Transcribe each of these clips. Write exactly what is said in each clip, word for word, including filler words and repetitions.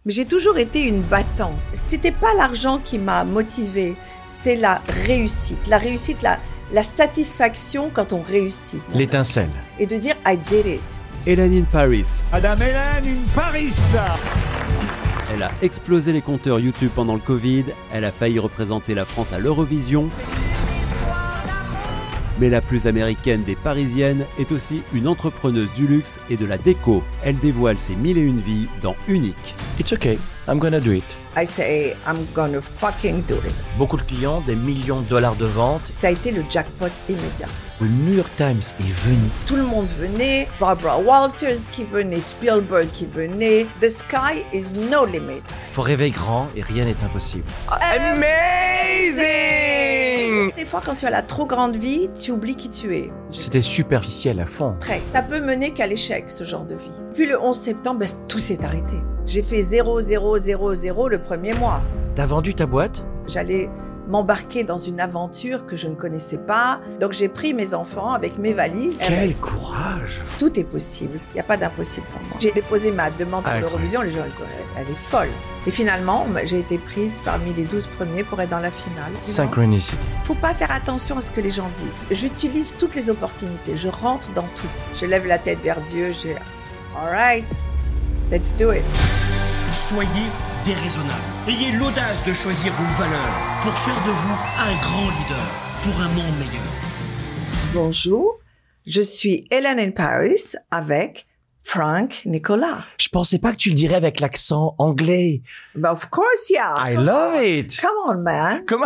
J'ai toujours été une battante. C'était pas l'argent qui m'a motivée, c'est la réussite. La réussite, la, la satisfaction quand on réussit. L'étincelle. Et de dire I did it. Hélène in Paris. Madame Hélène in Paris. Elle a explosé les compteurs YouTube pendant le Covid. Elle a failli représenter la France à l'Eurovision. Mais la plus américaine des Parisiennes est aussi une entrepreneuse du luxe et de la déco. Elle dévoile ses mille et une vies dans Unique. It's okay, I'm gonna do it. I say I'm gonna fucking do it. Beaucoup de clients, des millions de dollars de ventes. Ça a été le jackpot immédiat. Le New York Times est venu. Tout le monde venait, Barbara Walters qui venait, Spielberg qui venait. The sky is no limit. Faut rêver grand et rien n'est impossible. Amazing! Des fois, quand tu as la trop grande vie, tu oublies qui tu es. C'était superficiel à fond. Très. Ça peut mener qu'à l'échec, ce genre de vie. Puis le onze septembre, ben, tout s'est arrêté. J'ai fait zéro, zéro, zéro, zéro le premier mois. T'as vendu ta boîte? J'allais m'embarquer dans une aventure que je ne connaissais pas. Donc j'ai pris mes enfants avec mes valises. Quel courage! Tout est possible. Il n'y a pas d'impossible pour moi. J'ai déposé ma demande pour l'Eurovision. Les gens ils ont elle est folle. Et finalement, j'ai été prise parmi les douze premiers pour être dans la finale. Synchronicity. Faut pas faire attention à ce que les gens disent. J'utilise toutes les opportunités. Je rentre dans tout. Je lève la tête vers Dieu. J'ai all right, let's do it. Soyez déraisonnable. Ayez l'audace de choisir vos valeurs pour faire de vous un grand leader pour un monde meilleur. Bonjour, je suis Hélène in Paris avec Frank Nicolas. Je pensais pas que tu le dirais avec l'accent anglais. But of course, yeah. I love it. Come on, man. Comment?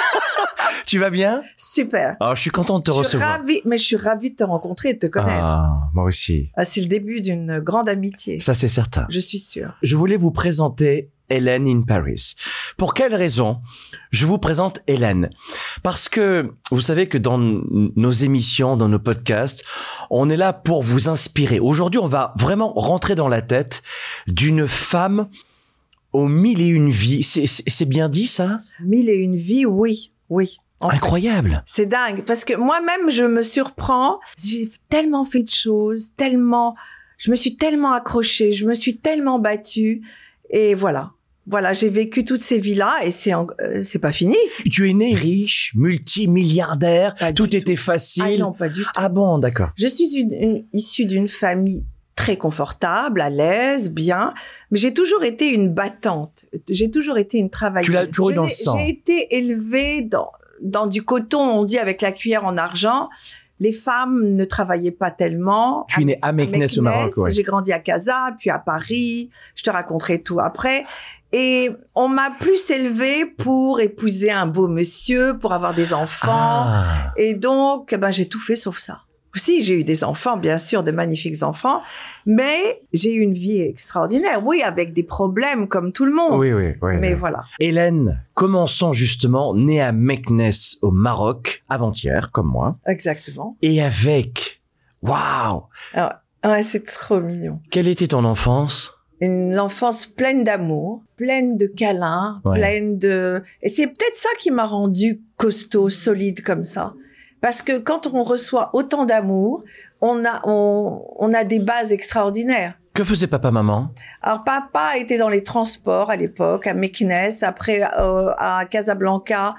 Tu vas bien? Super. Oh, je suis content de te je suis recevoir. Ravie, mais je suis ravie de te rencontrer et de te connaître. Ah, moi aussi. Ah, c'est le début d'une grande amitié. Ça, c'est certain. Je suis sûre. Je voulais vous présenter Hélène in Paris. Pour quelle raison je vous présente Hélène? Parce que vous savez que dans nos émissions, dans nos podcasts, on est là pour vous inspirer. Aujourd'hui, on va vraiment rentrer dans la tête d'une femme aux mille et une vies. C'est, c'est, c'est bien dit, ça? Mille et une vies, oui, oui. En Incroyable. Fait, c'est dingue parce que moi-même je me surprends. J'ai tellement fait de choses, tellement, je me suis tellement accrochée, je me suis tellement battue et voilà. Voilà, j'ai vécu toutes ces vies-là et c'est en, euh, c'est pas fini. Tu es née riche, multimilliardaire, pas tout était tout. facile. Ah non, pas du tout. Ah bon, d'accord. Je suis une, une, issue d'une famille très confortable, à l'aise, bien, mais j'ai toujours été une battante. J'ai toujours été une travailleuse. Tu l'as toujours eu dans le sang. J'ai été élevée dans dans du coton, on dit avec la cuillère en argent. Les femmes ne travaillaient pas tellement. Tu es née à Meknès, au Maroc, ouais. J'ai grandi à Casa, puis à Paris. Je te raconterai tout après. Et on m'a plus élevée pour épouser un beau monsieur, pour avoir des enfants. Ah. Et donc, ben, j'ai tout fait sauf ça. Si, j'ai eu des enfants, bien sûr, de magnifiques enfants, mais j'ai eu une vie extraordinaire. Oui, avec des problèmes comme tout le monde. Oui, oui, oui. Mais oui. voilà. Hélène, commençons justement, née à Meknès au Maroc, avant-hier, comme moi. Exactement. Et avec, waouh! Ouais, c'est trop mignon. Quelle était ton enfance? Une enfance pleine d'amour, pleine de câlins, ouais. pleine de... Et c'est peut-être ça qui m'a rendue costaud, solide comme ça. Parce que quand on reçoit autant d'amour, on a, on, on a des bases extraordinaires. Que faisait papa, maman? Alors, papa était dans les transports à l'époque, à Meknès, après euh, à Casablanca,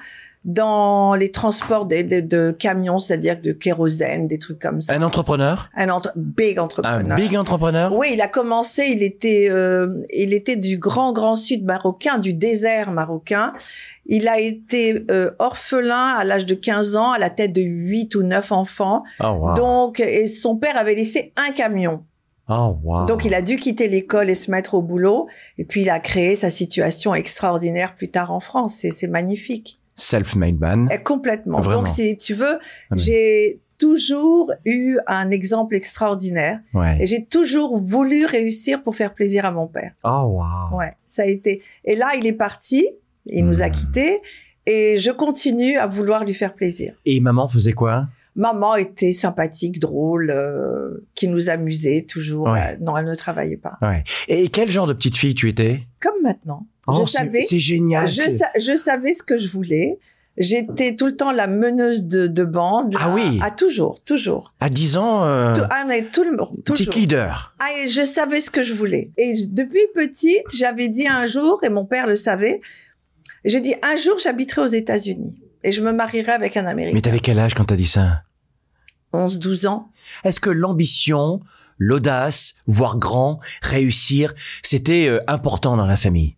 dans les transports de, de, de camions, c'est-à-dire de kérosène, des trucs comme ça. Un entrepreneur? Un entre, big entrepreneur. Un big entrepreneur? Oui, il a commencé, il était, euh, il était du grand, grand sud marocain, du désert marocain. Il a été euh, orphelin à l'âge de quinze ans, à la tête de huit ou neuf enfants. Oh, wow. Donc, et son père avait laissé un camion. Oh, wow. Donc, il a dû quitter l'école et se mettre au boulot. Et puis, il a créé sa situation extraordinaire plus tard en France. C'est, c'est magnifique. Self-made man. Et complètement. Vraiment. Donc, si tu veux, ah, j'ai toujours eu un exemple extraordinaire. Ouais. Et j'ai toujours voulu réussir pour faire plaisir à mon père. Oh, wow. Ouais, ça a été. Et là, il est parti. Il mmh. nous a quittés. Et je continue à vouloir lui faire plaisir. Et maman faisait quoi? Maman était sympathique, drôle, euh, qui nous amusait toujours. Ouais. Euh, non, elle ne travaillait pas. Ouais. Et quel genre de petite fille tu étais? Comme maintenant. Oh, je savais, c'est, c'est génial. Je, sa- je savais ce que je voulais. J'étais tout le temps la meneuse de, de bande. Ah là, oui. Ah, toujours, toujours. À dix ans, euh, Tout, ah, mais tout le monde, toujours. petite leader. Ah, et je savais ce que je voulais. Et je- depuis petite, j'avais dit un jour, et mon père le savait, j'ai dit un jour, j'habiterai aux États-Unis. Et je me marierai avec un Américain. Mais t'avais quel âge quand t'as dit ça? onze, douze ans. Est-ce que l'ambition, l'audace, voire grand, réussir, c'était euh, important dans la famille?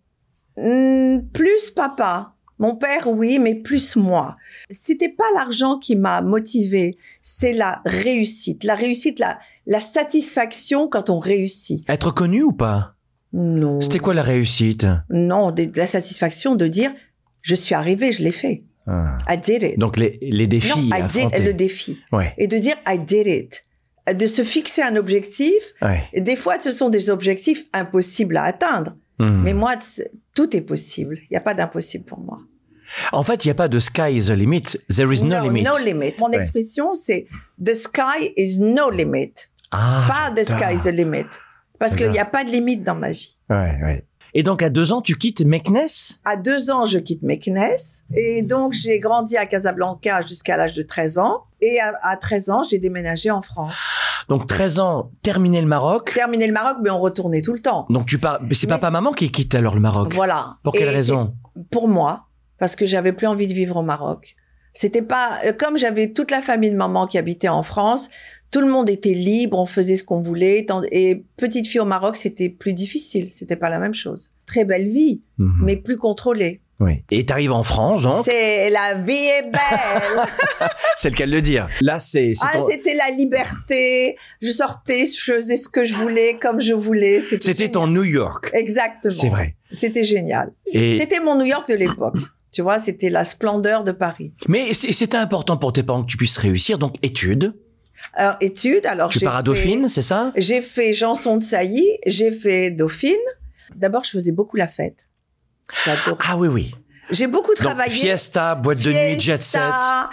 Hmm, plus papa. Mon père, oui, mais plus moi. C'était pas l'argent qui m'a motivée, c'est la réussite. La réussite, la, la satisfaction quand on réussit. Être connu ou pas? Non. C'était quoi la réussite? Non, de, de la satisfaction de dire, je suis arrivé, je l'ai fait. Ah. I did it. Donc les, les défis non, à I did affronter. le défi. Ouais, Et de dire, I did it. De se fixer un objectif. ouais. Et des fois, ce sont des objectifs impossibles à atteindre. Hmm. Mais moi, c'est- tout est possible. Il n'y a pas d'impossible pour moi. En fait, il n'y a pas de sky is the limit, there is no, limit. No limit. Mon Ouais. expression, c'est the sky is no limit. Ah, Pas the sky is the limit. Parce qu'il n'y a pas de limite dans ma vie. Ouais, ouais. Et donc, à deux ans, tu quittes Meknès? À deux ans, je quitte Meknès. Et donc, j'ai grandi à Casablanca jusqu'à l'âge de treize ans. Et à, à treize ans, j'ai déménagé en France. Donc, treize ans, terminé le Maroc. Terminé le Maroc, mais on retournait tout le temps. Donc, tu pars. Mais c'est Mais papa-maman qui quitte alors le Maroc. Voilà. Pour quelle Et raison? c'est Pour moi, parce que j'avais plus envie de vivre au Maroc. C'était pas euh, comme j'avais toute la famille de maman qui habitait en France. Tout le monde était libre, on faisait ce qu'on voulait. tant- Et petite fille au Maroc, c'était plus difficile. C'était pas la même chose. Très belle vie, Mhm. mais plus contrôlée. Oui. Et t'arrives en France, donc. C'est la vie est belle. C'est le cas de le dire. Là, c'est. c'est Ah, ton- c'était la liberté. Je sortais, je faisais ce que je voulais, comme je voulais. C'était C'était génial. ton New York. Exactement. C'est vrai. C'était génial. Et... C'était mon New York de l'époque. Tu vois, c'était la splendeur de Paris. Mais c'est- c'était important pour tes parents que tu puisses réussir. Donc, études. Alors, études, alors Tu j'ai pars à fait- Dauphine, c'est ça? J'ai fait Janson de Sailly, j'ai fait Dauphine. D'abord, je faisais beaucoup la fête. J'adore. Ah oui, oui. J'ai beaucoup Donc, travaillé. fiesta, boîte de nuit, jet set. Fiesta,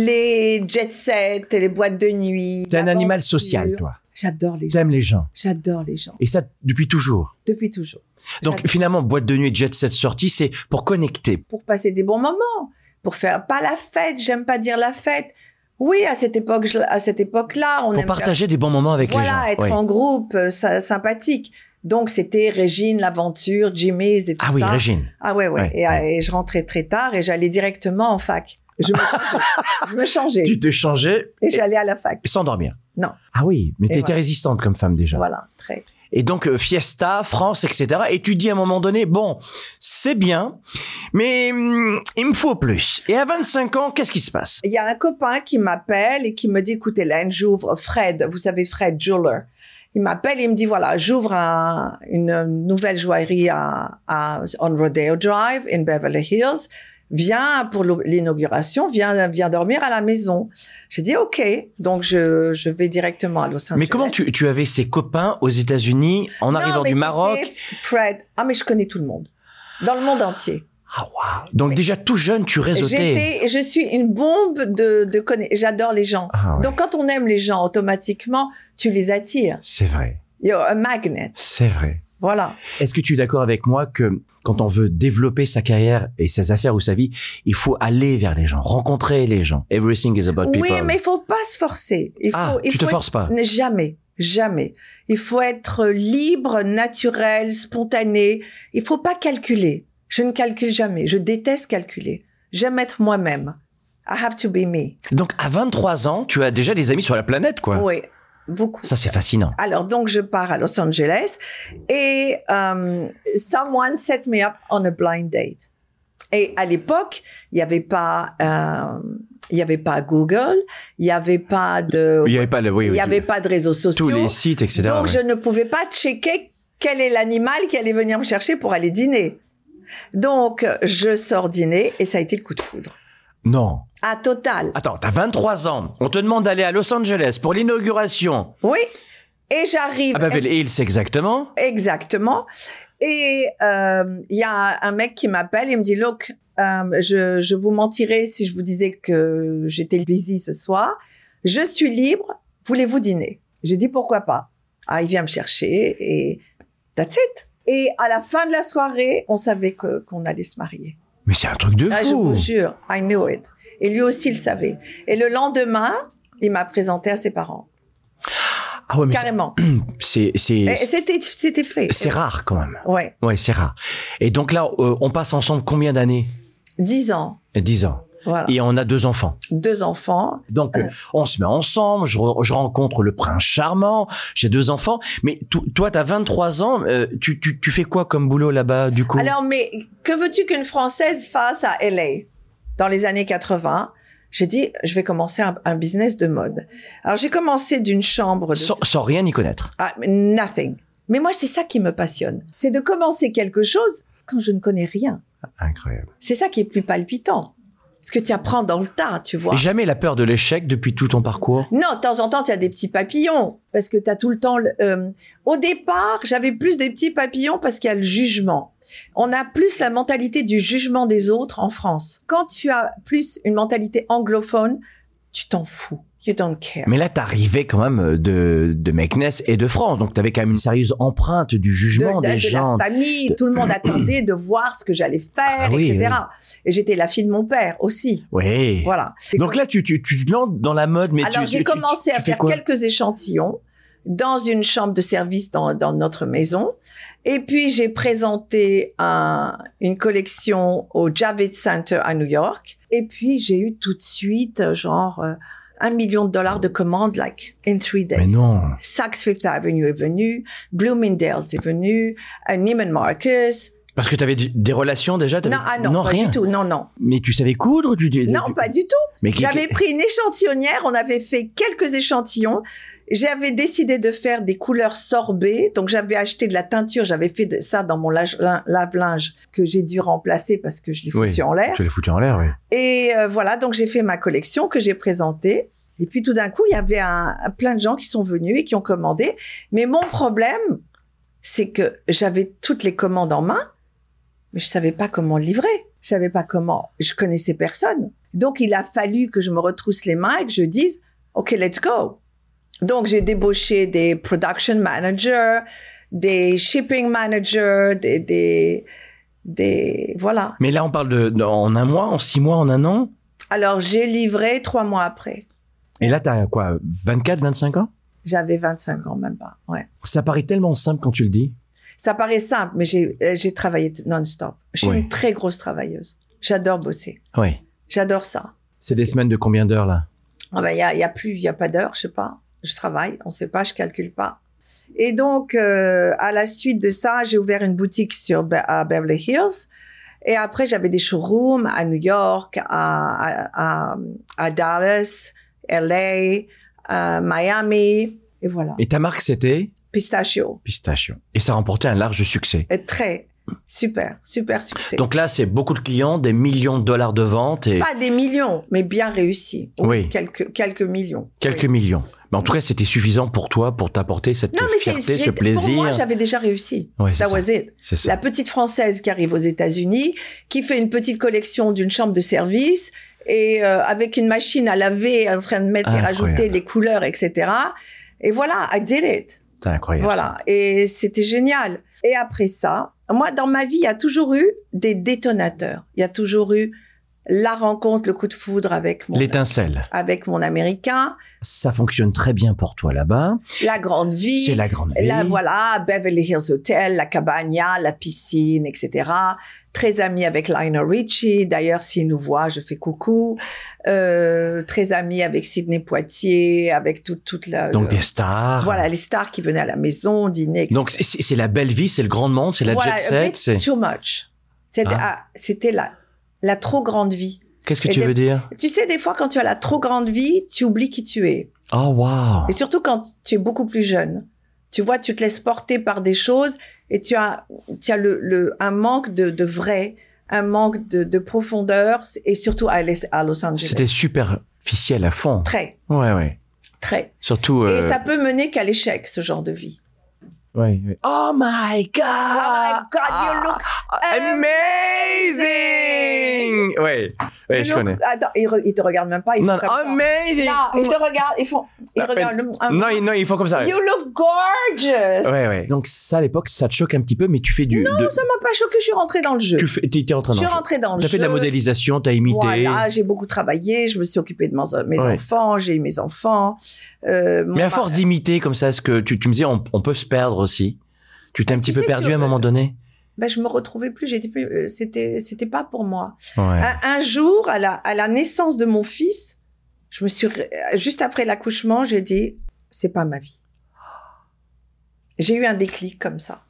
les jet set, et les boîtes de nuit. T'es un l'aventure. animal social, toi. J'adore les gens. T'aimes les gens. J'adore les gens. Et ça, depuis toujours. Depuis toujours. Donc, J'adore. finalement, boîte de nuit, jet set sortie, c'est pour connecter. Pour passer des bons moments, pour faire pas la fête. J'aime pas dire la fête. Oui, à cette époque, à cette époque-là, on Pour aime partager des bons moments avec voilà, les gens. être Oui. en groupe, euh, ça- sympathique. Donc, c'était Régine, l'aventure, Jimmy's et tout Ah oui, ça. Régine. Ah ouais, ouais. Ouais, et, ouais. et je rentrais très tard et j'allais directement en fac. Je me changeais. je me changeais. Tu te changeais Et j'allais à la fac. sans dormir. Non. Ah oui, mais Et t'étais voilà. résistante comme femme déjà. Voilà, très. Et donc, euh, fiesta, France, et cetera. Et tu dis à un moment donné, bon, c'est bien, mais hum, il me faut plus. Et à vingt-cinq ans, qu'est-ce qui se passe? Il y a un copain qui m'appelle et qui me dit, écoute Hélène, j'ouvre Fred, vous savez Fred Jeweler. Il m'appelle et il me dit, voilà, j'ouvre un- une nouvelle joaillerie à, à, on Rodeo Drive, in Beverly Hills. Viens pour l'o- l'inauguration, viens, viens dormir à la maison. J'ai dit, OK. Donc, je, je vais directement à Los Angeles. Mais comment tu, tu avais ces copains aux États-Unis en Non, arrivant mais du Maroc? c'était Fred. Ah, mais je connais tout le monde. Dans le monde entier. Ah waouh. Donc déjà tout jeune, tu réseautais. J'étais, je suis une bombe de, de conna- J'adore les gens. Ah ouais. Donc, quand on aime les gens, automatiquement, tu les attires. C'est vrai. You're a magnet. C'est vrai. Voilà. Est-ce que tu es d'accord avec moi que quand on veut développer sa carrière et ses affaires ou sa vie, il faut aller vers les gens, rencontrer les gens. Everything is about people. Oui, mais il faut pas se forcer. Il faut, Ah, il tu faut te forces être- pas. Jamais. Jamais. Il faut être libre, naturel, spontané. Il faut pas calculer. Je ne calcule jamais. Je déteste calculer. J'aime être moi-même. I have to be me. Donc à vingt-trois ans, tu as déjà des amis sur la planète, quoi. Oui, beaucoup. Ça, c'est fascinant. Alors, donc, je pars à Los Angeles et um, someone set me up on a blind date. Et à l'époque, il n'y avait pas, euh, il y avait pas Google, il n'y avait pas de, Il n'y avait pas le, oui, il oui, y avait tous- pas de réseaux sociaux. tous les sites, et cetera. Donc, ouais. je ne pouvais pas checker quel est l'animal qui allait venir me chercher pour aller dîner. Donc, je sors dîner et ça a été le coup de foudre. Non. À total. Attends, t'as vingt-trois ans. On te demande d'aller à Los Angeles pour l'inauguration. Oui. Et j'arrive. À Beverly Hills, exactement. Exactement. Et euh, il y a un mec qui m'appelle, il me dit, look, euh, je, je vous mentirais si je vous disais que j'étais busy ce soir. Je suis libre, voulez-vous dîner? J'ai dit, pourquoi pas? Ah, il vient me chercher et that's it. Et à la fin de la soirée, on savait que, qu'on allait se marier. Mais c'est un truc de fou. Ah, je vous jure, I knew it. Et lui aussi le savait. Et le lendemain, il m'a présenté à ses parents. Ah ouais, mais carrément. C'est, c'est, Et c'était, c'était fait. C'est Et rare quand même. Ouais. Ouais, c'est rare. Et donc là, euh, on passe ensemble combien d'années? Dix ans. Dix ans. Voilà. Et on a deux enfants. Deux enfants. Donc, euh, on se met ensemble, je, re- je rencontre le prince charmant, j'ai deux enfants. Mais to- toi, t'as vingt-trois ans, euh, tu, tu, tu fais quoi comme boulot là-bas, du coup? Alors, mais que veux-tu qu'une Française fasse à L A dans les années quatre-vingts? J'ai dit, je vais commencer un, un business de mode. Alors, j'ai commencé d'une chambre de... Sans, sans rien y connaître. Ah, nothing. Mais moi, c'est ça qui me passionne. C'est de commencer quelque chose quand je ne connais rien. Incroyable. C'est ça qui est plus palpitant. Parce que tu apprends dans le tas, tu vois. Et jamais la peur de l'échec depuis tout ton parcours? Non, de temps en temps, tu as des petits papillons. Parce que tu as tout le temps... le- euh, Au départ, j'avais plus des petits papillons parce qu'il y a le jugement. On a plus la mentalité du jugement des autres en France. Quand tu as plus une mentalité anglophone, tu t'en fous. You don't care. Mais là, t'arrivais quand même de, de Meknès et de France. Donc, t'avais quand même une sérieuse empreinte du de, jugement de- des de gens. la famille, tout le monde attendait de voir ce que j'allais faire, Ah oui, et cetera. Et j'étais la fille de mon père aussi. Oui. Voilà. Donc là, tu, tu, tu te lances dans la mode, mais Alors tu, j'ai tu- commencé tu à fais faire quoi? quelques échantillons dans une chambre de service dans, dans notre maison. Et puis j'ai présenté un, une collection au Javits Center à New York. Et puis j'ai eu tout de suite genre euh, un million de dollars de commandes, like in three days. Mais non. Saks Fifth Avenue est venu, Bloomingdale's est venu, euh, Neiman Marcus. Parce que t'avais d- des relations déjà? t'avais- Non, ah non, pas rien. du tout, non, non. Mais tu savais coudre? Tu, tu- Non, tu- pas du tout. Mais qui- J'avais qui- pris une échantillonnière, on avait fait quelques échantillons. J'avais décidé de faire des couleurs sorbet, donc j'avais acheté de la teinture, j'avais fait de ça dans mon lage- lin- lave-linge que j'ai dû remplacer parce que je l'ai foutu Oui, en l'air. Tu l'as foutu en l'air, oui. Et euh, voilà, donc j'ai fait ma collection que j'ai présentée. Et puis tout d'un coup, il y avait un, plein de gens qui sont venus et qui ont commandé. Mais mon problème, c'est que j'avais toutes les commandes en main, mais je savais pas comment livrer. Je savais pas comment. Je connaissais personne. Donc il a fallu que je me retrousse les mains et que je dise, OK, let's go. Donc j'ai débauché des production managers, des shipping managers, des, des, des, voilà. Mais là, on parle de, de- en un mois, en six mois, en un an? Alors j'ai livré trois mois après. Et là, t'as quoi, vingt-quatre, vingt-cinq ans? J'avais vingt-cinq ans, même pas. Ouais. Ça paraît tellement simple quand tu le dis. Ça paraît simple, mais j'ai, euh, j'ai travaillé t- non-stop. Je suis Oui. une très grosse travailleuse. J'adore bosser. Oui. J'adore ça. C'est des semaines de combien d'heures, là? Ah ben, il y a, il y a plus, il y a pas d'heure, je sais pas. Je travaille, on sait pas, je calcule pas. Et donc, euh, à la suite de ça, j'ai ouvert une boutique sur, Be- à Beverly Hills. Et après, j'avais des showrooms à New York, à, à, à, à Dallas, L A, à Miami. Et voilà. Et ta marque, c'était Pistachio. Pistachio. Et ça a remporté un large succès. Et très, super, super succès. Donc là, c'est beaucoup de clients, des millions de dollars de ventes et Pas des millions, mais bien réussi. Oui. Quelques, quelques millions. quelques Oui. millions. Mais en tout cas, c'était suffisant pour toi, pour t'apporter cette Non, mais c'est, fierté, j'ai- ce plaisir. pour moi, j'avais déjà réussi. Ouais, c'est That ça. was it. C'est ça. La petite Française qui arrive aux États-Unis, qui fait une petite collection d'une chambre de service et euh, avec une machine à laver, en train de mettre et Incroyable. rajouter les couleurs, et cetera. Et voilà, I did it. C'est incroyable. Voilà. Et c'était génial. Et après ça, moi, dans ma vie, il y a toujours eu des détonateurs. Il y a toujours eu la rencontre, le coup de foudre avec ça. mon, L'étincelle. avec mon Américain, Ça fonctionne très bien pour toi là-bas. la grande vie. C'est la grande vie. Là, voilà, Beverly Hills Hotel, la cabana, la piscine, et cetera. Très amie avec Lionel Richie. D'ailleurs, s'il nous voit, je fais coucou. Euh, très amie avec Sidney Poitier, avec toute toute la. Donc le- des stars. Voilà, les stars qui venaient à la maison, dîner. et cetera. Donc c'est- c'est c'est la belle vie, c'est le grand monde, c'est la Voilà, jet a set. bit c'est- too much. C'était, Ah. ah, c'était la, la trop grande vie. Qu'est-ce que Et tu des- veux dire? Tu sais, des fois, quand tu as la trop grande vie, tu oublies qui tu es. Oh wow. Et surtout quand tu es beaucoup plus jeune. Tu vois, tu te laisses porter par des choses et tu as, tu as le, le, un manque de, de vrai, un manque de, de profondeur et surtout à, Les- à Los Angeles. C'était superficiel à fond. Très, Ouais, ouais. très. Surtout. Et euh, ça peut mener qu'à l'échec, ce genre de vie. ouais, ouais. Oh my god! Oh my God, you look amazing! Ouais. Oui, je look, connais. Attends, ils, re, ils te regardent même pas. Ils Non, font non, comme oh, ça. mais... Là, ils te regardent, ils font... Ils Ah, regardent le, un, Non, ils, non, ils font comme ça. You look gorgeous. Ouais, ouais. Donc ça, à l'époque, ça te choque un petit peu, mais tu fais du... Non, de... ça m'a pas choqué, je suis rentrée dans le jeu. Tu fais, t'es, t'es rentré dans Je suis le jeu. rentrée dans le T'as jeu. fait de la modélisation, t'as imité. Voilà, j'ai beaucoup travaillé, je me suis occupée de mon, mes Ouais. enfants, j'ai eu mes enfants. Euh, mon Mais à mari- force d'imiter comme ça, est-ce que tu, tu me disais, on, on peut se perdre aussi? Tu t'es Ah, un tu petit peu sais, perdu tu- à un moment donné? Ben, je me retrouvais plus, j'étais plus, euh, c'était, c'était pas pour moi. Ouais. Un, un jour, à la, à la naissance de mon fils, je me suis, juste après l'accouchement, j'ai dit, c'est pas ma vie. J'ai eu un déclic comme ça.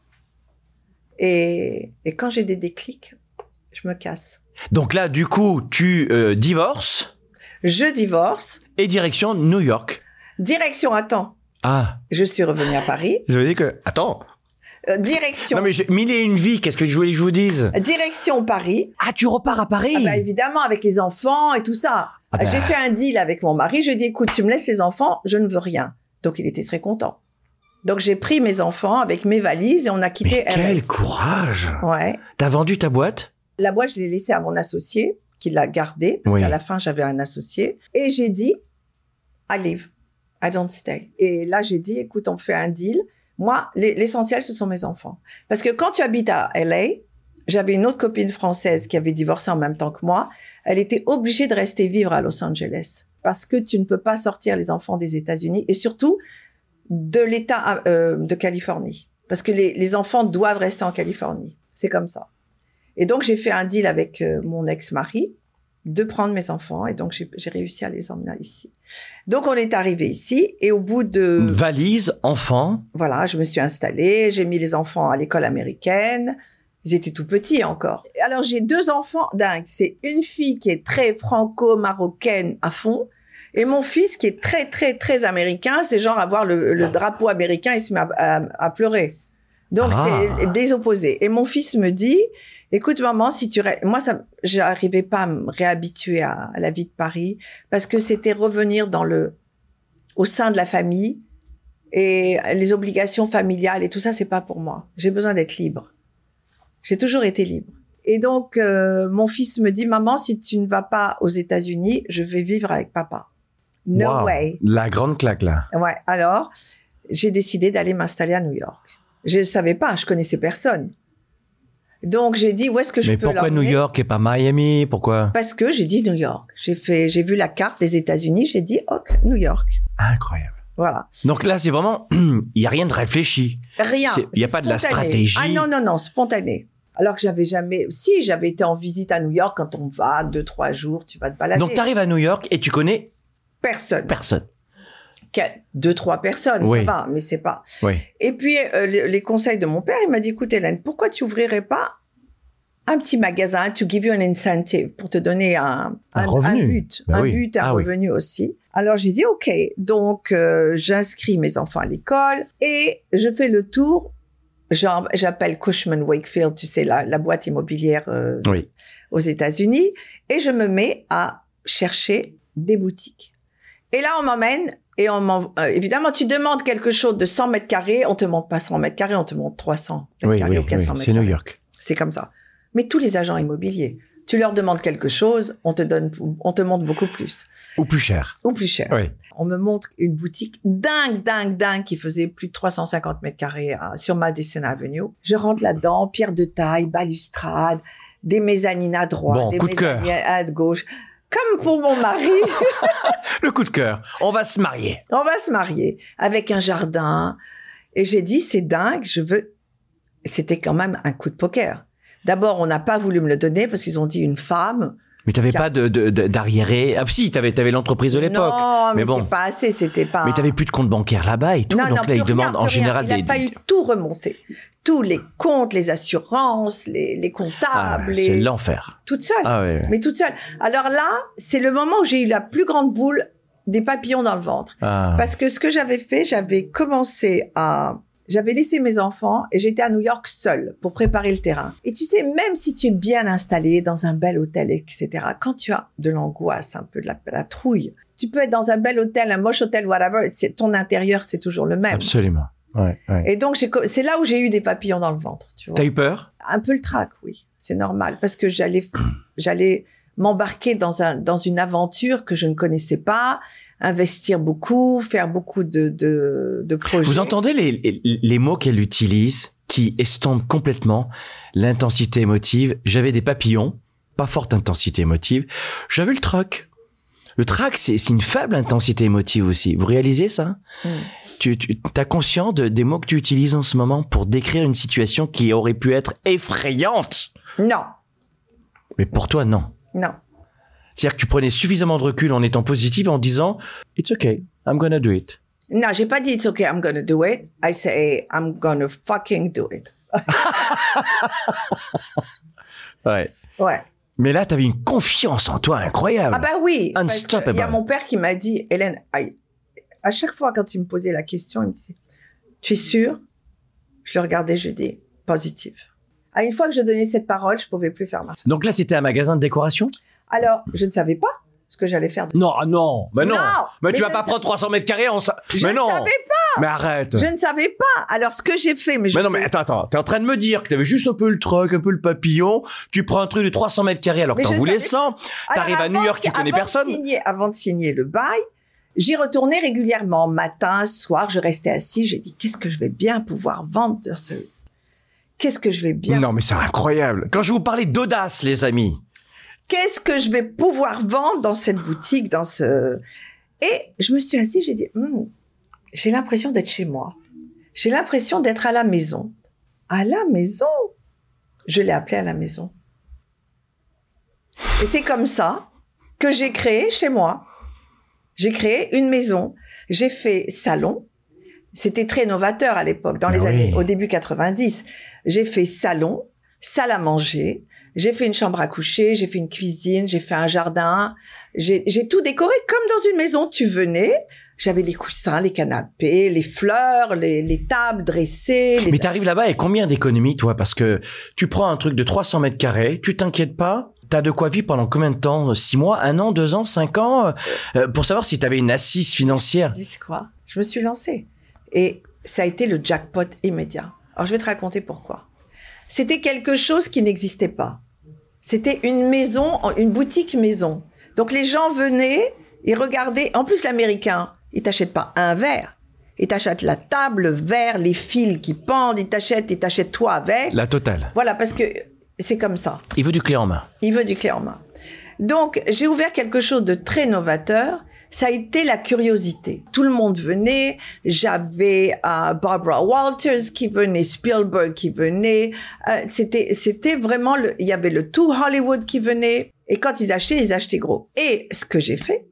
Et, et quand j'ai des déclics, je me casse. Donc là, du coup, tu euh, divorces Je divorce. et direction New York. Direction, attends. Ah, Je suis revenue à Paris. je veux dire que... Attends. Euh, direction. Non mais j'ai mille et une vies, qu'est-ce que je voulais que je vous dise? Direction Paris. Ah, tu repars à Paris? Ah bah, évidemment, avec les enfants et tout ça. Ah bah. J'ai fait un deal avec mon mari. Je lui ai dit, écoute, tu me laisses les enfants, je ne veux rien. Donc, il était très content. Donc, j'ai pris mes enfants avec mes valises et on a quitté Mais L A. quel courage! Ouais. T'as vendu ta boîte? La boîte, je l'ai laissée à mon associé, qui l'a gardée, parce Oui. qu'à la fin, j'avais un associé. Et j'ai dit, I leave. I don't stay. Et là, j'ai dit, écoute, on fait un deal. Moi, l'essentiel, ce sont mes enfants. Parce que quand tu habites à L A, j'avais une autre copine française qui avait divorcé en même temps que moi. Elle était obligée de rester vivre à Los Angeles. Parce que tu ne peux pas sortir les enfants des États-Unis et surtout de l'État euh, de Californie. Parce que les, les enfants doivent rester en Californie. C'est comme ça. Et donc, j'ai fait un deal avec euh, mon ex-mari de prendre mes enfants. Et donc, j'ai réussi à les emmener ici. Donc, on est arrivé ici. Et au bout de... Une valise, enfant. Voilà, je me suis installée. J'ai mis les enfants à l'école américaine. Ils étaient tout petits encore. Alors, j'ai deux enfants dingues. C'est une fille qui est très franco-marocaine à fond. Et mon fils qui est très, très, très américain. C'est genre avoir le, le drapeau américain, il se met à, à, à pleurer. Donc, Ah. c'est des opposés. Et mon fils me dit... Écoute, maman, si tu... Ré... Moi, ça, j'arrivais pas à me réhabituer à, à la vie de Paris parce que c'était revenir dans le... au sein de la famille et les obligations familiales et tout ça, c'est pas pour moi. J'ai besoin d'être libre. J'ai toujours été libre. Et donc, euh, mon fils me dit, maman, si tu ne vas pas aux États-Unis, je vais vivre avec papa. No Wow. way. La grande claque, là. Ouais. Alors, j'ai décidé d'aller m'installer à New York. Je savais pas, je connaissais personne. Donc, j'ai dit, où est-ce que je Mais peux pourquoi New l'emmener? York et pas Miami? Pourquoi? Parce que j'ai dit New York. J'ai fait, j'ai vu la carte des États-Unis, j'ai dit, ok, New York. Incroyable. Voilà. Donc là, c'est vraiment, il y a rien de réfléchi. Rien. C'est- y a C'est pas de la spontané. stratégie. Ah non, non, non, spontané. Alors que j'avais jamais, si, j'avais été en visite à New York quand on va deux, trois jours, tu vas te balader. Donc t'arrives à New York et tu connais Personne. personne. Quel- Deux, trois personnes, Oui. ça va, mais c'est pas. Oui. Et puis, euh, les, les conseils de mon père, il m'a dit, écoute, Hélène, pourquoi tu ouvrirais pas un petit magasin to give you an incentive pour te donner un, Un revenu. but, Ben un oui. but, un Ah oui. revenu aussi. Alors j'ai dit ok, donc euh, j'inscris mes enfants à l'école et je fais le tour. Genre, j'appelle Cushman Wakefield, tu sais la, la boîte immobilière euh, Oui. aux États-Unis, et je me mets à chercher des boutiques. Et là on m'emmène et on m'en, euh, évidemment tu demandes quelque chose de cent mètres carrés, on te montre pas cent mètres carrés, on te montre trois cents mètres Oui, carrés oui, ou quatre cents oui. mètres C'est New carrés. York. C'est comme ça. Mais tous les agents immobiliers, tu leur demandes quelque chose, on te donne, on te montre beaucoup plus. Ou plus cher. Ou plus cher. Oui. On me montre une boutique dingue, dingue, dingue qui faisait plus de trois cent cinquante mètres carrés euh, sur Madison Avenue. Je rentre là-dedans, pierre de taille, balustrade, des mezzanines à droite, Bon, des coup de cœur. mezzanines à gauche. Comme pour mon mari, Le coup de cœur. On va se marier. on va se marier avec un jardin. Et j'ai dit, c'est dingue, je veux... C'était quand même un coup de poker. D'abord, on n'a pas voulu me le donner parce qu'ils ont dit une femme. Mais t'avais Car- pas de, de, de- d'arriéré. Ah si, t'avais, t'avais l'entreprise de l'époque. Non, mais, Mais bon. c'est pas assez, c'était pas... Mais t'avais plus de compte bancaire là-bas et tout. Non, Donc non, là, plus ils rien, demandent en plus rien. général Il a des. fallu des- tout remonter. Tous les comptes, les assurances, les, les Ah, comptables, c'est les... l'enfer. toute seule. Ah ouais. ouais. Mais toute seule. Alors là, c'est le moment où j'ai eu la plus grande boule des papillons dans le ventre. Ah. Parce que ce que j'avais fait, j'avais commencé à... J'avais laissé mes enfants et j'étais à New York seule pour préparer le terrain. Et tu sais, même si tu es bien installé dans un bel hôtel, et cetera, quand tu as de l'angoisse, un peu de la, la trouille, tu peux être dans un bel hôtel, un moche hôtel, whatever, c'est, ton intérieur, c'est toujours le même. Absolument. Ouais, ouais. Et donc, j'ai, co- c'est là où j'ai eu des papillons dans le ventre, tu vois. T'as eu peur? Un peu le trac, oui. C'est normal parce que j'allais, j'allais m'embarquer dans un dans une aventure que je ne connaissais pas, investir beaucoup, faire beaucoup de de, de projets. Vous entendez les, les, les mots qu'elle utilise qui estompent complètement l'intensité émotive. J'avais des papillons, pas forte intensité émotive. J'avais le trac. Le trac, c'est, c'est une faible intensité émotive aussi. Vous réalisez ça? Mm. Tu, tu as conscience de, des mots que tu utilises en ce moment pour décrire une situation qui aurait pu être effrayante? Non. Mais pour toi, non. Non. C'est-à-dire que tu prenais suffisamment de recul en étant positive, en disant « It's okay, I'm gonna do it ». Non, j'ai pas dit « It's okay, I'm gonna do it ». I say « I'm gonna fucking do it ». Ouais. Ouais. Mais là, tu avais une confiance en toi incroyable. Ah bah oui. Unstoppable. Il y a mon père qui m'a dit « Hélène, I... à chaque fois quand il me posait la question, il me disait « Tu es sûre ?» Je le regardais, je lui dis « Positive ». À une fois que je donnais cette parole, je pouvais plus faire marche. Donc là, c'était un magasin de décoration? Alors, je ne savais pas ce que j'allais faire. De... Non, non, mais non. non mais, mais tu vas ne pas prendre trois cents mètres carrés. On sa... Je mais ne non. savais pas. Mais arrête. Je ne savais pas. Alors, ce que j'ai fait, mais je. Mais non, mais attends, attends. T'es en train de me dire que t'avais juste un peu le truc, un peu le papillon. Tu prends un truc de trois cents mètres carrés alors que t'en voulais cent. T'arrives à New York, tu connais personne. De signer, avant de signer le bail, j'y retournais régulièrement. Matin, soir, je restais assis. J'ai dit, qu'est-ce que je vais bien pouvoir vendre de ce... Qu'est-ce que je vais bien... Non, mais c'est incroyable. Quand je vous parlais d'audace, les amis. Qu'est-ce que je vais pouvoir vendre dans cette boutique, dans ce... Et je me suis assise, j'ai dit, hm, j'ai l'impression d'être chez moi. J'ai l'impression d'être à la maison. À la maison? Je l'ai appelé à la maison. Et c'est comme ça que j'ai créé chez moi. J'ai créé une maison. J'ai fait salon. C'était très novateur à l'époque, dans les oui. années, au début quatre-vingt-dix. J'ai fait salon, salle à manger, j'ai fait une chambre à coucher, j'ai fait une cuisine, j'ai fait un jardin, j'ai, j'ai tout décoré comme dans une maison. Tu venais, j'avais les coussins, les canapés, les fleurs, les, les tables dressées. Les Mais t'arrives là-bas et combien d'économies, toi? Parce que tu prends un truc de trois cents mètres carrés, tu t'inquiètes pas? T'as de quoi vivre pendant combien de temps? Six mois, un an, deux ans, cinq ans? euh, Pour savoir si t'avais une assise financière. Dis quoi? Je me suis lancée. Et ça a été le jackpot immédiat. Alors, je vais te raconter pourquoi. C'était quelque chose qui n'existait pas. C'était une maison, une boutique maison. Donc, les gens venaient et regardaient. En plus, l'Américain, il t'achète pas un verre. Il t'achète la table, le verre, les fils qui pendent. Il t'achète, il t'achète toi avec. La totale. Voilà, parce que c'est comme ça. Il veut du clé en main. Il veut du clé en main. Donc, j'ai ouvert quelque chose de très novateur. Ça a été la curiosité. Tout le monde venait. J'avais euh, Barbara Walters qui venait, Spielberg qui venait. Euh, c'était, c'était vraiment le. Il y avait le tout Hollywood qui venait. Et quand ils achetaient, ils achetaient gros. Et ce que j'ai fait,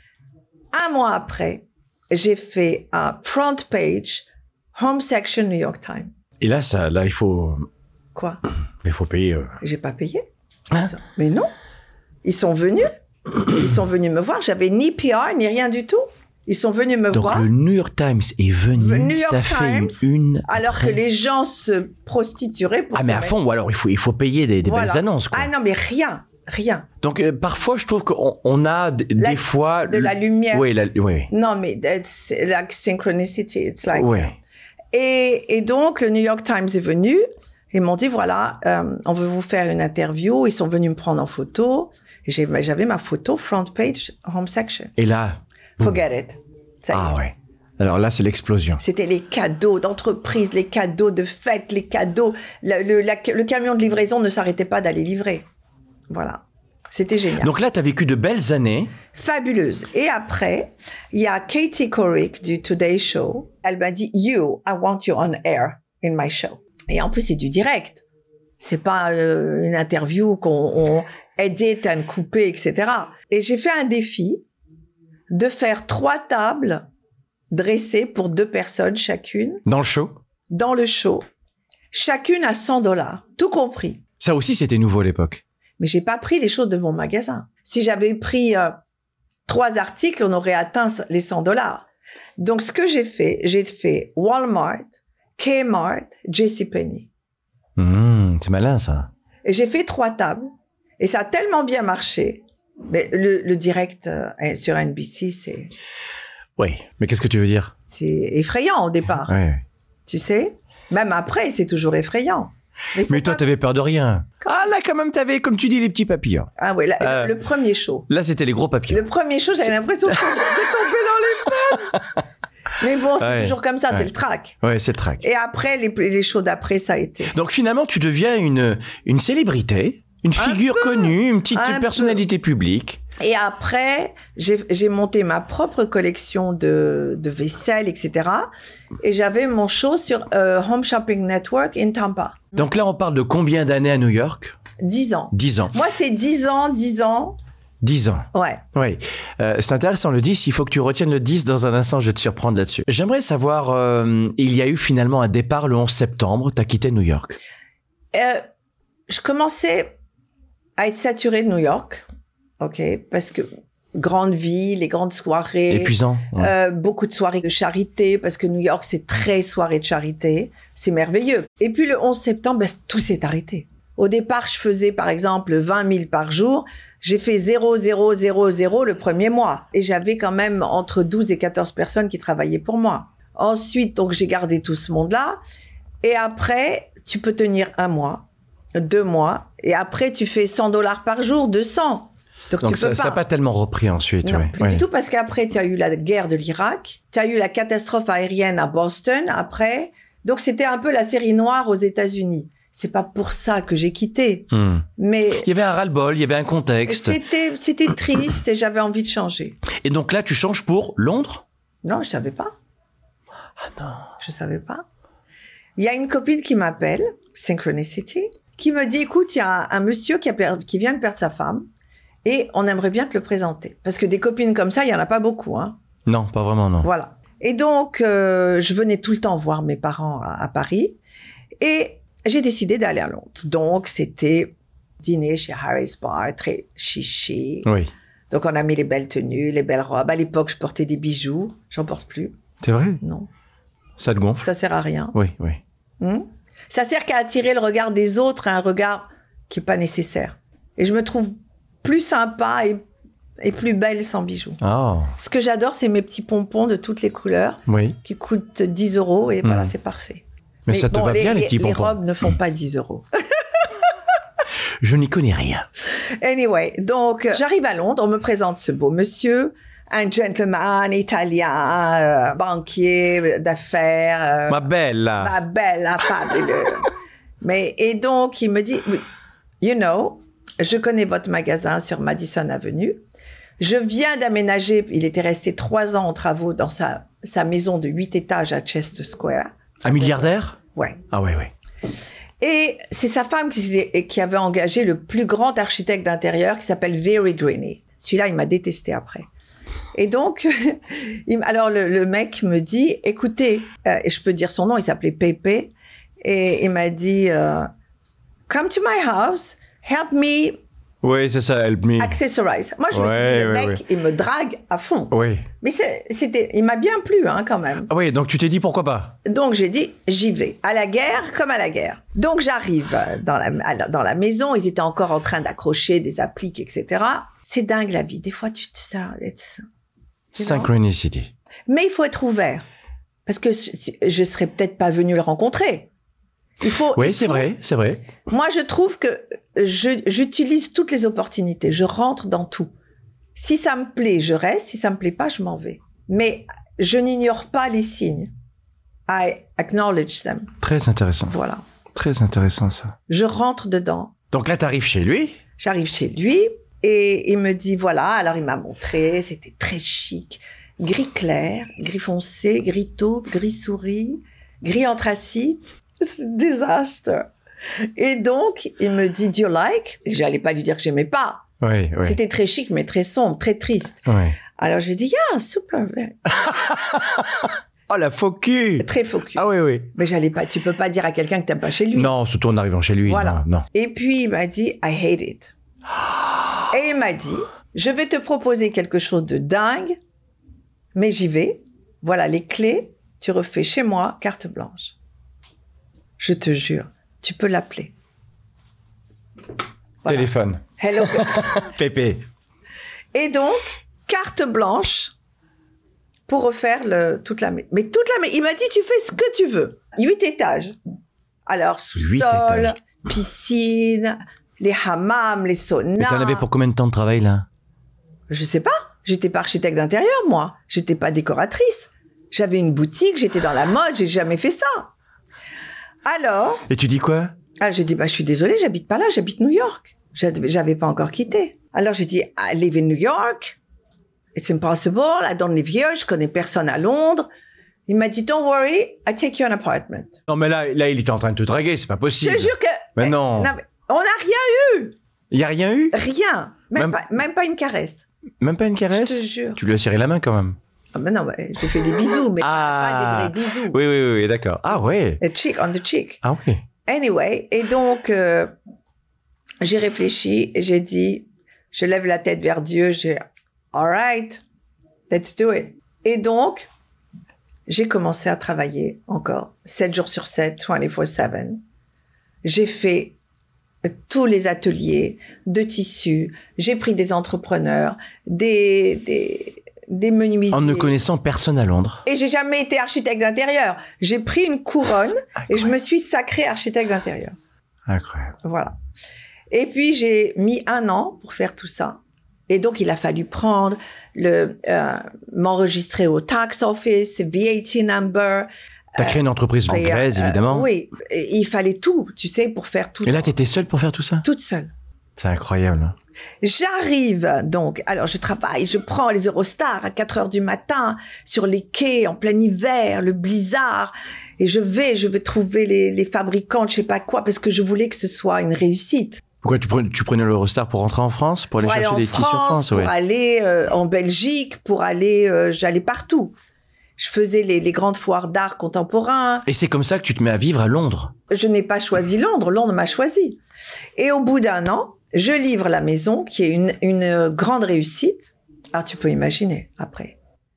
un mois après, j'ai fait un front page, home section New York Times. Et là, ça, là, il faut. Quoi? Il faut payer. Euh... J'ai pas payé. Hein? Mais non. Ils sont venus. Ils sont venus me voir. J'avais ni P R, ni rien du tout. Ils sont venus me Donc voir. Donc, le New York Times est venu. Le New York Times. Fait une alors après... que les gens se prostitueraient pour Ah, mais à mettre... fond, ou alors il faut, il faut payer des, des voilà. belles annonces, quoi. Ah non, mais rien. Rien. Donc, euh, parfois, je trouve qu'on on a d- la, des fois. De la lumière. Oui, la, oui. Non, mais c'est la synchronicity. It's like. Oui. Et, et donc, le New York Times est venu. Ils m'ont dit, voilà, euh, on veut vous faire une interview. Ils sont venus me prendre en photo. Et j'ai, j'avais ma photo, front page, home section. Et là. Forget it. Ça ah ouais. Alors là, c'est l'explosion. C'était les cadeaux d'entreprise, les cadeaux de fête, les cadeaux. Le, le, la, le camion de livraison ne s'arrêtait pas d'aller livrer. Voilà. C'était génial. Donc là, tu as vécu de belles années. Fabuleuses. Et après, il y a Katie Couric du Today Show. Elle m'a dit, you, I want you on air in my show. Et en plus, c'est du direct. C'est pas euh, une interview qu'on on edit, and coupé, et cetera. Et j'ai fait un défi de faire trois tables dressées pour deux personnes chacune. Dans le show? Dans le show. Chacune à cent dollars. Tout compris. Ça aussi, c'était nouveau à l'époque. Mais j'ai pas pris les choses de mon magasin. Si j'avais pris euh, trois articles, on aurait atteint les cent dollars. Donc, ce que j'ai fait, j'ai fait Walmart, Kmart, JCPenney. Mmh, c'est malin, ça. Et j'ai fait trois tables. Et ça a tellement bien marché. Mais le, le direct euh, sur N B C, c'est... Oui, mais qu'est-ce que tu veux dire? C'est effrayant au départ. Oui. Tu sais? Même après, c'est toujours effrayant. Mais, Mais toi, pas... t'avais peur de rien. Ah, là, quand même, t'avais, comme tu dis, les petits papillons. Ah ouais, là, euh, le premier show. Là, c'était les gros papillons. Le premier show, j'avais l'impression de tomber dans les pommes. Mais bon, c'est ouais, toujours comme ça, ouais. c'est le track. Ouais, c'est le track. Et après, les, les shows d'après, ça a été. Donc finalement, tu deviens une, une célébrité, une figure peu, connue, une petite un personnalité publique. Et après, j'ai, j'ai monté ma propre collection de, de vaisselle, et cetera. Et j'avais mon show sur euh, Home Shopping Network in Tampa. Donc là, on parle de combien d'années à New York? Dix ans. Dix ans. Moi, c'est dix ans, dix ans. Dix ans. Ouais. Oui. Euh, c'est intéressant, le dix. Il faut que tu retiennes le dix dans un instant. Je vais te surprendre là-dessus. J'aimerais savoir, euh, il y a eu finalement un départ le onze septembre. Tu as quitté New York. Euh, je commençais à être saturée de New York. OK, parce que grande ville, les grandes soirées. Épuisant. Ouais. Euh, beaucoup de soirées de charité, parce que New York, c'est très soirée de charité. C'est merveilleux. Et puis le onze septembre, ben, tout s'est arrêté. Au départ, je faisais, par exemple, vingt mille par jour. J'ai fait zéro, zéro, zéro, zéro le premier mois. Et j'avais quand même entre douze et quatorze personnes qui travaillaient pour moi. Ensuite, donc, j'ai gardé tout ce monde-là. Et après, tu peux tenir un mois, deux mois. Et après, tu fais cent dollars par jour, deux cents. Donc, Donc tu ça peux n'a pas. pas tellement repris ensuite. Non, ouais. plus Ouais. du tout, parce qu'après, tu as eu la guerre de l'Irak, tu as eu la catastrophe aérienne à Boston après. Donc, c'était un peu la série noire aux États-Unis. C'est pas pour ça que j'ai quitté, Hmm. mais Il y avait un ras-le-bol, il y avait un contexte. c'était, c'était triste et j'avais envie de changer. Et donc là, tu changes pour Londres? Non, je savais pas. Ah non. Je savais pas. Il y a une copine qui m'appelle, Synchronicity, qui me dit, écoute, il y a un monsieur qui, a per- qui vient de perdre sa femme et on aimerait bien te le présenter. Parce que des copines comme ça, il y en a pas beaucoup, hein. Non, pas vraiment, non. Voilà. Et donc, euh, je venais tout le temps voir mes parents à, à Paris et j'ai décidé d'aller à Londres. Donc, c'était dîner chez Harry's Bar, très chichi. Oui. Donc, on a mis les belles tenues, les belles robes. À l'époque, je portais des bijoux. J'en porte plus. C'est vrai? Non. Ça te gonfle? Ça sert à rien. Oui, oui. Hmm? Ça sert qu'à attirer le regard des autres, un regard qui est pas nécessaire. Et je me trouve plus sympa et, et plus belle sans bijoux. Ah, Ce que j'adore, c'est mes petits pompons de toutes les couleurs oui. qui coûtent dix euros et voilà, Hmm. c'est parfait. Mais, ça te bon, va bien, les petits Les pompons. robes ne font pas dix euros. Je n'y connais rien. Anyway, donc, euh, j'arrive à Londres, on me présente ce beau monsieur, un gentleman italien, euh, banquier d'affaires. euh, Ma belle, là. Ma belle, la fabuleux. Mais, et donc, il me dit, you know, je connais votre magasin sur Madison Avenue. Je viens d'aménager, il était resté trois ans en travaux dans sa, sa maison de huit étages à Chester Square. Un milliardaire? Ouais. Ah ouais, ouais. Et c'est sa femme qui, s'était- qui avait engagé le plus grand architecte d'intérieur qui s'appelle Very Greene. Celui-là, il m'a détesté après. Et donc, il, m- alors le, le mec me dit, écoutez, euh, et je peux dire son nom, il s'appelait Pepe, et il m'a dit, euh, come to my house, help me Oui, c'est ça, help me. accessorize. Moi, je me suis Ouais, dit, le ouais, mec, ouais. il me drague à fond. Oui. Mais c'est- c'était, il m'a bien plu, hein, quand même. Ah oui, donc tu t'es dit pourquoi pas? Donc j'ai dit, j'y vais, à la guerre comme à la guerre. Donc j'arrive dans la, à la- dans la maison, ils étaient encore en train d'accrocher des appliques, et cetera. C'est dingue la vie, des fois tu te ça, it's- you know. Synchronicity. Mais il faut être ouvert, parce que je, je serais peut-être pas venue le rencontrer. Il faut. Oui, il c'est faut- vrai, c'est vrai. Moi je trouve que je, j'utilise toutes les opportunités, je rentre dans tout. Si ça me plaît, je reste, si ça me plaît pas, je m'en vais. Mais je n'ignore pas les signes. I acknowledge them. Très intéressant. Voilà. Très intéressant, ça. Je rentre dedans. Donc là, t'arrives chez lui. J'arrive chez lui et il me dit voilà. Alors il m'a montré, c'était très chic, gris clair, gris foncé, gris taupe, gris souris, gris anthracite. C'est un désastre. Et donc il me dit do you like? Et j'allais pas lui dire que j'aimais pas. Oui, oui. C'était très chic mais très sombre, très triste. Oui. Alors je lui dis yeah super, very- Oh, la faux cul. très focus. Ah oui, oui. Mais j'allais pas. Tu peux pas dire à quelqu'un que t'aimes pas chez lui. Non, surtout en arrivant chez lui. Voilà. Non, non. Et puis, il m'a dit, I hate it. Et il m'a dit, je vais te proposer quelque chose de dingue, mais j'y vais. Voilà les clés. Tu refais chez moi, carte blanche. Je te jure, tu peux l'appeler. Voilà. Téléphone. Hello. Pépé. Et donc, carte blanche pour refaire le, toute la maison. Mais toute la maison. Il m'a dit, tu fais ce que tu veux. Huit étages. Alors, sous-sol, piscine, les hammams, les saunas. Mais t'en avais pour combien de temps de travail, là? Je sais pas. J'étais pas architecte d'intérieur, moi. J'étais pas décoratrice. J'avais une boutique, j'étais dans la mode, j'ai jamais fait ça. Alors... Et tu dis quoi? Ah, j'ai dit, bah, je suis désolée, j'habite pas là, j'habite New York. J'avais, j'avais pas encore quitté. Alors, j'ai dit, I live in New York. It's impossible. I don't live here. Je connais personne à Londres. Il m'a dit, don't worry, I take you an apartment. Non, mais là, là, il était en train de te draguer, c'est pas possible. Je te jure que... Mais non. non mais on n'a rien eu. Il y a rien eu? Rien. Même, Même... Pas, même pas une caresse. Même pas une caresse? Je te jure. Tu lui as serré la main quand même. Ah ben non, ben, je lui ai fait des bisous, mais ah. pas des vrais bisous. Oui, oui, oui, d'accord. Ah ouais. A cheek, on the cheek. Ah oui. Anyway, et donc, euh, j'ai réfléchi et j'ai dit, je lève la tête vers Dieu, j'ai, all right, let's do it. Et donc, j'ai commencé à travailler encore, sept jours sur sept, vingt-quatre sept. J'ai fait tous les ateliers de tissus, j'ai pris des entrepreneurs, des, des, des menuisiers. En ne connaissant personne à Londres. Et j'ai jamais été architecte d'intérieur. J'ai pris une couronne Incroyable. Et je me suis sacrée architecte d'intérieur. Incroyable. Voilà. Et puis, j'ai mis un an pour faire tout ça. Et donc, il a fallu prendre le, euh, m'enregistrer au tax office, V A T number. T'as euh, créé une entreprise anglaise, euh, évidemment. Oui. Et il fallait tout, tu sais, pour faire tout. Et là, t'étais seule pour faire tout ça? Toute seule. C'est incroyable. J'arrive donc, alors je travaille, je prends les Eurostars à quatre heures du matin sur les quais en plein hiver, le blizzard, et je vais, je vais trouver les, les fabricants, je sais pas quoi, parce que je voulais que ce soit une réussite. Pourquoi tu prenais, tu prenais l'Eurostar pour rentrer en France, pour aller pour chercher aller des France, tissus en France, pour ouais. aller euh, en Belgique, pour aller, euh, j'allais partout. Je faisais les, les grandes foires d'art contemporain. Et c'est comme ça que tu te mets à vivre à Londres. Je n'ai pas choisi Londres, Londres m'a choisi. Et au bout d'un an, je livre la maison, qui est une, une grande réussite. Ah, tu peux imaginer, après.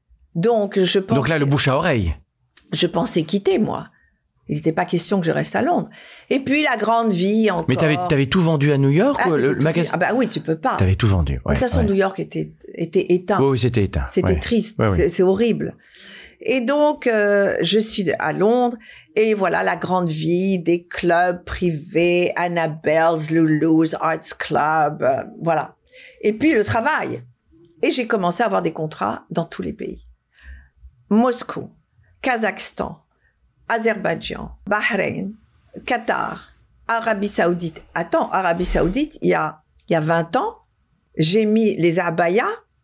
Donc, je pense... Donc là, le bouche à oreille. Je pensais quitter, moi. Il n'était pas question que je reste à Londres. Et puis, la grande vie, encore... Mais t'avais, t'avais tout vendu à New York, ah, ou le, le magasin? Ah bah oui, tu peux pas. T'avais tout vendu, ouais. De toute façon, ouais. New York était, était éteint. Oui, oui, c'était éteint. C'était ouais. triste. Ouais, ouais. C'est, c'est horrible. Et donc, euh, je suis à Londres, et voilà la grande vie, des clubs privés, Annabelle's, Lulu's, Arts Club, euh, voilà. Et puis le travail. Et j'ai commencé à avoir des contrats dans tous les pays. Moscou, Kazakhstan, Azerbaïdjan, Bahreïn, Qatar, Arabie Saoudite. Attends, Arabie Saoudite, il y a, il y a vingt ans, j'ai mis les abayas.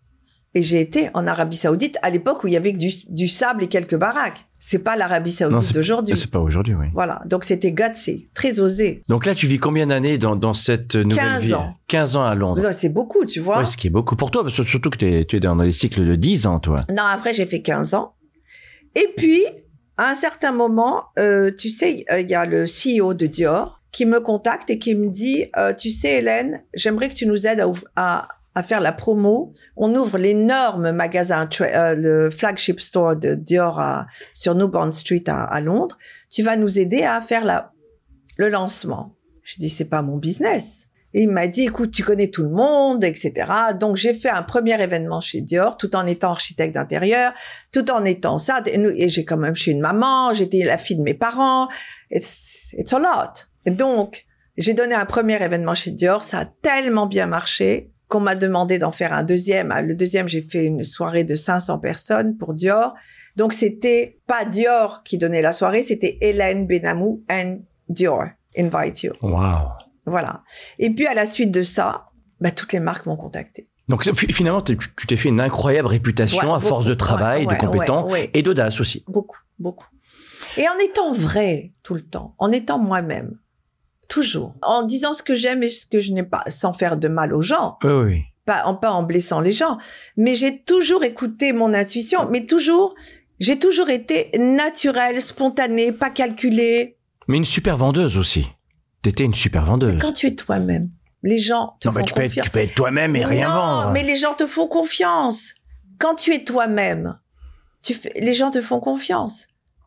Et j'ai été en Arabie Saoudite à l'époque où il y avait du, du sable et quelques baraques. C'est pas l'Arabie Saoudite non, c'est, d'aujourd'hui. C'est pas aujourd'hui, oui. Voilà. Donc c'était gutsy, très osé. Donc là, tu vis combien d'années dans, dans cette nouvelle quinze vie? ans. quinze ans à Londres. Non, c'est beaucoup, tu vois. Ouais, ce qui est beaucoup pour toi, parce que surtout que t'es, tu es dans les cycles de dix ans, toi. Non, après j'ai fait quinze ans. Et puis, à un certain moment, euh, tu sais, il y a le C E O de Dior qui me contacte et qui me dit, euh, tu sais, Hélène, j'aimerais que tu nous aides à, à à faire la promo. On ouvre l'énorme magasin, euh, le flagship store de Dior à, sur New Bond Street à, à Londres. Tu vas nous aider à faire la, le lancement. J'ai dit, c'est pas mon business. Et il m'a dit, écoute, tu connais tout le monde, et cetera. Donc, j'ai fait un premier événement chez Dior, tout en étant architecte d'intérieur, tout en étant ça. Et, nous, et j'ai quand même, je suis une maman, j'étais la fille de mes parents. It's, it's a lot. Et donc, j'ai donné un premier événement chez Dior. Ça a tellement bien marché qu'on m'a demandé d'en faire un deuxième. Le deuxième, j'ai fait une soirée de cinq cents personnes pour Dior. Donc, c'était pas Dior qui donnait la soirée, c'était Hélène Benamou and Dior invite you. Wow. Voilà. Et puis, à la suite de ça, bah, toutes les marques m'ont contacté. Donc, finalement, tu t'es fait une incroyable réputation ouais, à beaucoup, force de travail, ouais, de compétences ouais, ouais. et d'audace aussi. Beaucoup, beaucoup. Et en étant vrai tout le temps, en étant moi-même. Toujours. En disant ce que j'aime et ce que je n'ai pas, sans faire de mal aux gens. Oui, oui. Pas en, pas en blessant les gens. Mais j'ai toujours écouté mon intuition. Mais toujours, j'ai toujours été naturelle, spontanée, pas calculée. Mais une super vendeuse aussi. T'étais une super vendeuse. Mais quand tu es toi-même, les gens te non, font mais tu confiance. Peux être, tu peux être toi-même et rien non, vendre. Non, mais les gens te font confiance. Quand tu es toi-même, tu fais, les gens te font confiance.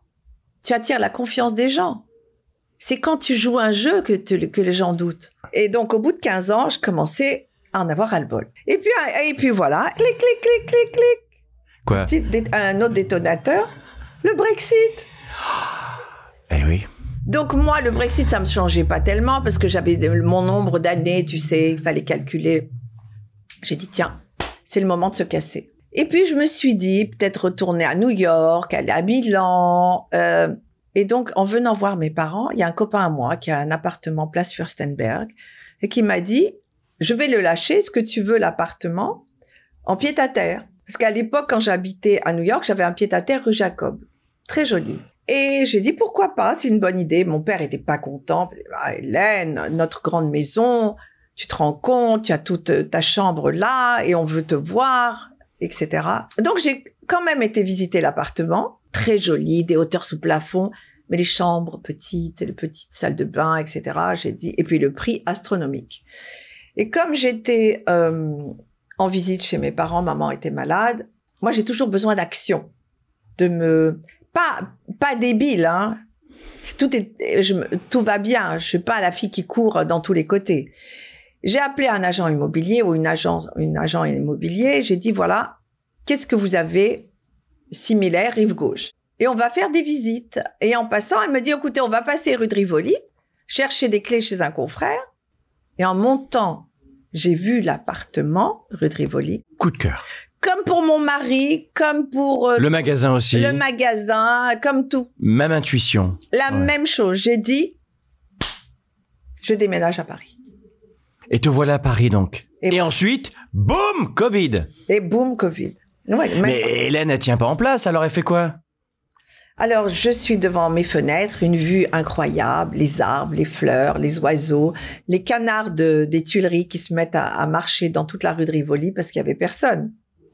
Tu attires la confiance des gens. C'est quand tu joues un jeu que, te, que les gens doutent. Et donc, au bout de quinze ans, je commençais à en avoir ras-le-bol. Et puis, et puis voilà, clic, clic, clic, clic, clic. Quoi? Un autre détonateur, le Brexit. Eh oui. Donc moi, le Brexit, ça me changeait pas tellement parce que j'avais mon nombre d'années, tu sais, il fallait calculer. J'ai dit, tiens, c'est le moment de se casser. Et puis, je me suis dit, peut-être retourner à New York, aller à Milan. Euh, et donc, en venant voir mes parents, il y a un copain à moi qui a un appartement place Furstenberg et qui m'a dit, je vais le lâcher, est-ce que tu veux l'appartement en pied-à-terre? Parce qu'à l'époque, quand j'habitais à New York, j'avais un pied-à-terre rue Jacob. Très joli. Et j'ai dit, pourquoi pas, c'est une bonne idée. Mon père était pas content. Ah, Hélène, notre grande maison, tu te rends compte, tu as toute ta chambre là et on veut te voir, et cetera. Donc, j'ai quand même été visiter l'appartement. Très joli, des hauteurs sous plafond, mais les chambres petites, les petites salles de bain, et cetera. J'ai dit, et puis le prix astronomique. Et comme j'étais euh, en visite chez mes parents, maman était malade, moi, j'ai toujours besoin d'action, de me... Pas, pas débile, hein. C'est, tout est, je, tout va bien. Je suis pas la fille qui court dans tous les côtés. J'ai appelé un agent immobilier ou une agence, une agent immobilier. J'ai dit, voilà, qu'est-ce que vous avez similaire, rive gauche? Et on va faire des visites. Et en passant, elle me dit, écoutez, on va passer rue de Rivoli, chercher des clés chez un confrère. Et en montant, j'ai vu l'appartement, rue de Rivoli. Coup de cœur. Comme pour mon mari, comme pour... Euh, le magasin aussi. Le magasin, comme tout. Même intuition. La ouais. même chose. J'ai dit, je déménage à Paris. Et te voilà à Paris, donc. Et, et bon. ensuite, boum, Covid. Et boum, Covid. Ouais, même... Mais Hélène, elle tient pas en place, alors elle fait quoi? Alors, je suis devant mes fenêtres, une vue incroyable, les arbres, les fleurs, les oiseaux, les canards de, des Tuileries qui se mettent à, à marcher dans toute la rue de Rivoli parce qu'il y avait personne.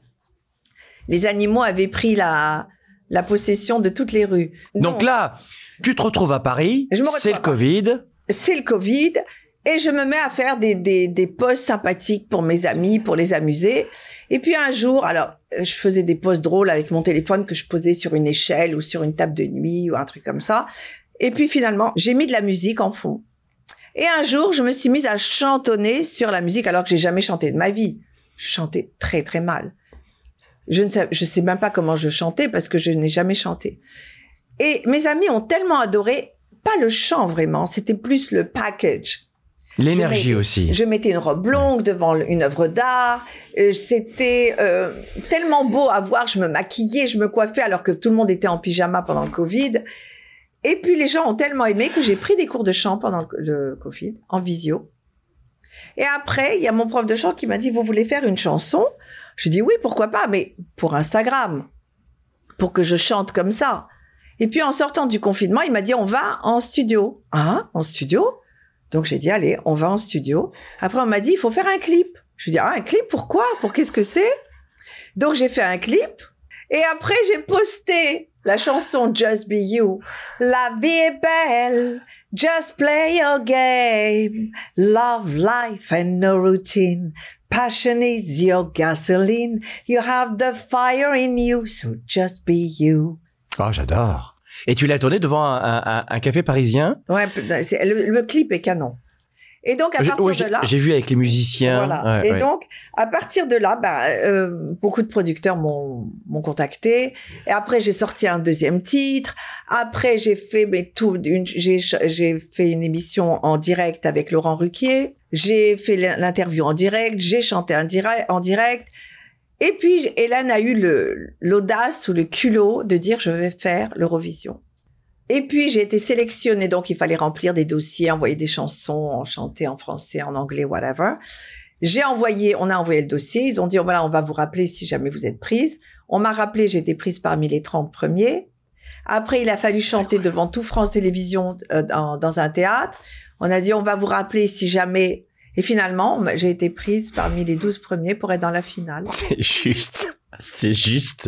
Les animaux avaient pris la, la possession de toutes les rues. Donc Donc là, tu te retrouves à Paris, c'est le Covid. C'est le Covid, et je me mets à faire des, des, des posts sympathiques pour mes amis, pour les amuser. Et puis un jour, alors, je faisais des posts drôles avec mon téléphone que je posais sur une échelle ou sur une table de nuit ou un truc comme ça. Et puis finalement, j'ai mis de la musique en fond. Et un jour, je me suis mise à chantonner sur la musique alors que j'ai jamais chanté de ma vie. Je chantais très très mal. Je ne sais, je sais même pas comment je chantais parce que je n'ai jamais chanté. Et mes amis ont tellement adoré, pas le chant vraiment, c'était plus le package. L'énergie mettais, aussi. Je mettais une robe longue devant une œuvre d'art. Euh, c'était euh, tellement beau à voir. Je me maquillais, je me coiffais alors que tout le monde était en pyjama pendant le Covid. Et puis les gens ont tellement aimé que j'ai pris des cours de chant pendant le, le Covid, en visio. Et après, il y a mon prof de chant qui m'a dit, vous voulez faire une chanson? Je dis oui, pourquoi pas, mais pour Instagram, pour que je chante comme ça. Et puis en sortant du confinement, il m'a dit on va en studio. Ah, en studio? Donc j'ai dit allez, on va en studio. Après on m'a dit il faut faire un clip. Je lui ai dit ah un clip pourquoi? Pour qu'est-ce que c'est? Donc j'ai fait un clip et après j'ai posté la chanson Just Be You. La vie est belle. Just play your game. Love life and no routine. Passion is your gasoline. You have the fire in you, so just be you. Oh, j'adore. Et tu l'as tourné devant un, un, un café parisien? Ouais, c'est, le, le clip est canon. Et donc, à partir ouais, de là... J'ai vu avec les musiciens. Voilà. Ouais, et ouais. donc, à partir de là, bah, euh, beaucoup de producteurs m'ont, m'ont contacté. Et après, j'ai sorti un deuxième titre. Après, j'ai fait, mais tout, une, j'ai, j'ai fait une émission en direct avec Laurent Ruquier. J'ai fait l'interview en direct. J'ai chanté en direct. En direct. Et puis, Hélène a eu le, l'audace ou le culot de dire, je vais faire l'Eurovision. Et puis, j'ai été sélectionnée, donc il fallait remplir des dossiers, envoyer des chansons, chanter en français, en anglais, whatever. J'ai envoyé, on a envoyé le dossier, ils ont dit, oh, voilà, on va vous rappeler si jamais vous êtes prise. On m'a rappelé, j'ai été prise parmi les trente premiers. Après, il a fallu chanter devant tout France Télévisions euh, dans, dans un théâtre. On a dit, on va vous rappeler si jamais... Et finalement, j'ai été prise parmi les douze premiers pour être dans la finale. C'est juste, c'est juste...